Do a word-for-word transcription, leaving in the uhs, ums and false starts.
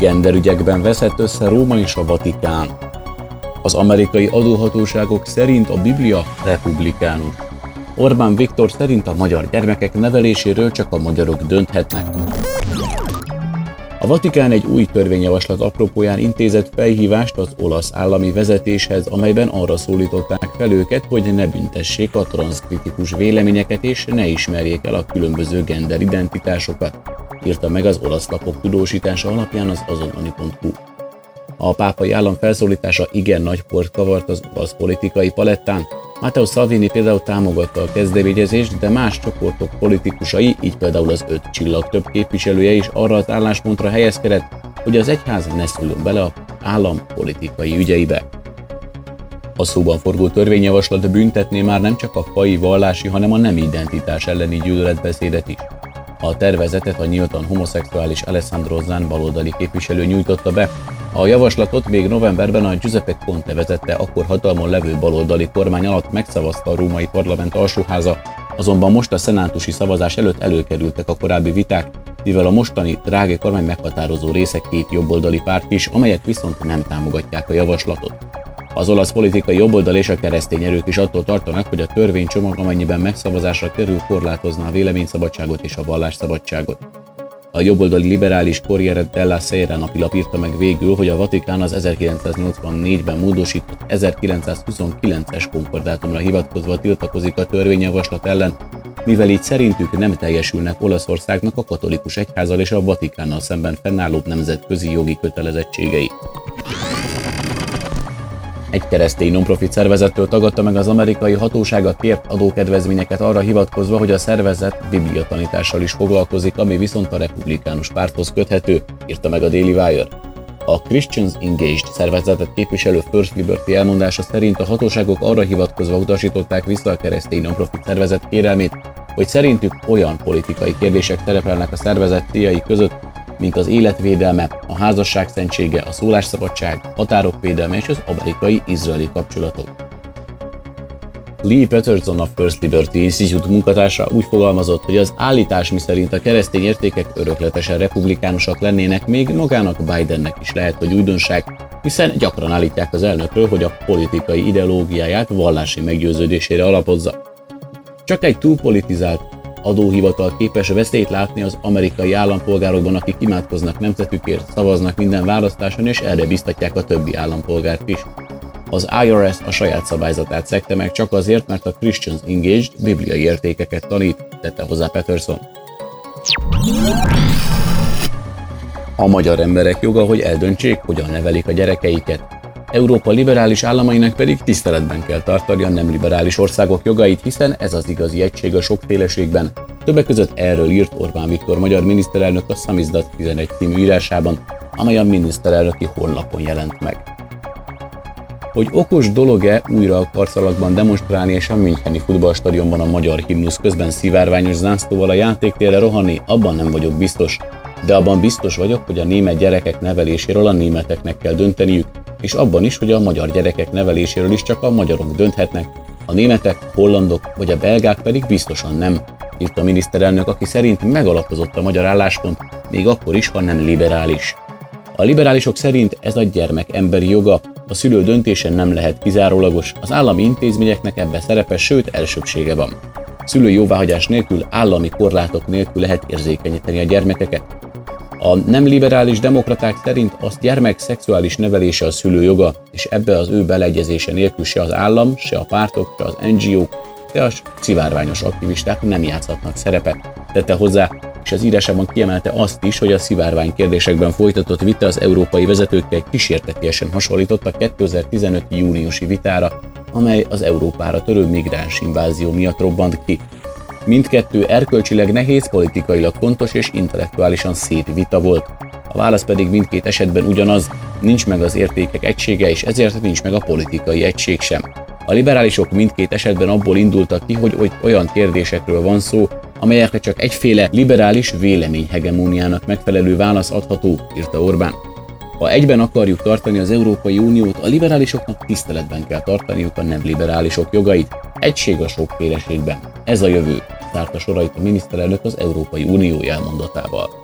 Genderügyekben veszett össze Róma és a Vatikán. Az amerikai adóhatóságok szerint a Biblia republikánus. Orbán Viktor szerint a magyar gyermekek neveléséről csak a magyarok dönthetnek. A Vatikán egy új törvényjavaslat apropóján intézett felhívást az olasz állami vezetéshez, amelyben arra szólították fel őket, hogy ne büntessék a transzkritikus véleményeket és ne ismerjék el a különböző genderidentitásokat, írta meg az olasz lapok tudósítása alapján az azonnali pont hu. A pápai állam felszólítása igen nagy port kavart az olasz politikai palettán. Matteo Salvini például támogatta a kezdeményezést, de más csoportok politikusai, így például az öt csillag több képviselője is arra az álláspontra helyezkedett, hogy az egyház ne szóljon bele az állam politikai ügyeibe. A szóban forgó törvényjavaslat büntetné már nem csak a faji, vallási, hanem a nemi identitás elleni gyűlöletbeszédet is. A tervezetet a nyíltan homoszexuális Alessandro Zan baloldali képviselő nyújtotta be. A javaslatot még novemberben a Giuseppe Conte vezette akkor hatalmon levő baloldali kormány alatt megszavazta a római parlament alsóháza, azonban most a szenátusi szavazás előtt előkerültek a korábbi viták, mivel a mostani Draghi kormány meghatározó része két jobboldali párt is, amelyek viszont nem támogatják a javaslatot. Az olasz politikai jobboldal és a keresztény erők is attól tartanak, hogy a törvénycsomag, amennyiben megszavazásra kerül, korlátozná a véleményszabadságot és a vallásszabadságot. A jobboldali liberális Corriere della Sera napilap írta meg végül, hogy a Vatikán az ezerkilencszáznyolcvannégyben módosított ezerkilencszázhuszonkilences konkordátumra hivatkozva tiltakozik a törvényjavaslat ellen, mivel így szerintük nem teljesülnek Olaszországnak a katolikus egyházzal és a Vatikánnal szemben fennálló nemzetközi jogi kötelezettségei. Egy keresztény non-profit szervezettől tagadta meg az amerikai hatóság a kért adókedvezményeket arra hivatkozva, hogy a szervezet bibliatanítással is foglalkozik, ami viszont a republikánus párthoz köthető, írta meg a Daily Wire. A Christians Engaged szervezetet képviselő First Liberty elmondása szerint a hatóságok arra hivatkozva utasították vissza a keresztény non-profit szervezet kérelmét, hogy szerintük olyan politikai kérdések szerepelnek a szervezet céljai között, mint az életvédelme, a házasság szentsége, a szólásszabadság, határok védelme és az amerikai-izraeli kapcsolatok. Lee Patterson, a First Liberty Institute munkatársa úgy fogalmazott, hogy az állítás, miszerint a keresztény értékek örökletesen republikánusak lennének, még magának Bidennek is lehet, hogy újdonság, hiszen gyakran állítják az elnökről, hogy a politikai ideológiáját vallási meggyőződésére alapozza. Csak egy túlpolitizált adóhivatal képes veszélyt látni az amerikai állampolgárokban, akik imádkoznak nemzetükért, szavaznak minden választáson, és erre biztatják a többi állampolgárt is. Az I R S a saját szabályzatát szegte meg csak azért, mert a Christians Engaged bibliai értékeket tanít, tette hozzá Patterson. A magyar emberek joga, hogy eldöntsék, hogyan nevelik a gyerekeiket. Európa liberális államainak pedig tiszteletben kell tartani a nem liberális országok jogait, hiszen ez az igazi egység a sokféleségben. Többek között erről írt Orbán Viktor magyar miniszterelnök a Samizdat tizenegy című írásában, amely a miniszterelnöki honlapon jelent meg. Hogy okos dolog-e újra a karszalagban demonstrálni és a müncheni futballstadionban a magyar himnusz közben szivárványos zászlóval a játéktérre rohanni, abban nem vagyok biztos. De abban biztos vagyok, hogy a német gyerekek neveléséről a németeknek kell dönteniük, és abban is, hogy a magyar gyerekek neveléséről is csak a magyarok dönthetnek, a németek, hollandok vagy a belgák pedig biztosan nem, írt a miniszterelnök, aki szerint megalapozott a magyar álláspont, még akkor is, ha nem liberális. A liberálisok szerint ez a gyermek emberi joga, a szülő döntése nem lehet kizárólagos, az állami intézményeknek ebbe szerepe, sőt elsőbsége van. Szülői jóváhagyás nélkül, állami korlátok nélkül lehet érzékenyíteni a gyermekeket. A nem liberális demokraták szerint az gyermek szexuális nevelése a szülő joga, és ebbe az ő beleegyezése nélkül se az állam, se a pártok, se az en gé ók, se a szivárványos aktivisták nem játszhatnak szerepet, tette hozzá, és az írásában kiemelte azt is, hogy a szivárvány kérdésekben folytatott vita az európai vezetőkkel kísértetiesen hasonlított a kétezer-tizenöt júniusi vitára, amely az Európára törő migráns invázió miatt robbant ki. Mindkettő erkölcsileg nehéz, politikailag fontos és intellektuálisan szép vita volt. A válasz pedig mindkét esetben ugyanaz, nincs meg az értékek egysége, és ezért nincs meg a politikai egység sem. A liberálisok mindkét esetben abból indultak ki, hogy olyan kérdésekről van szó, amelyekre csak egyféle liberális véleményhegemóniának megfelelő válasz adható, írta Orbán. Ha egyben akarjuk tartani az Európai Uniót, a liberálisoknak tiszteletben kell tartaniuk a nem liberálisok jogait. Egység a sokféleségben. Ez a jövő, zárta sorait a miniszterelnök az Európai Unió elmondatával.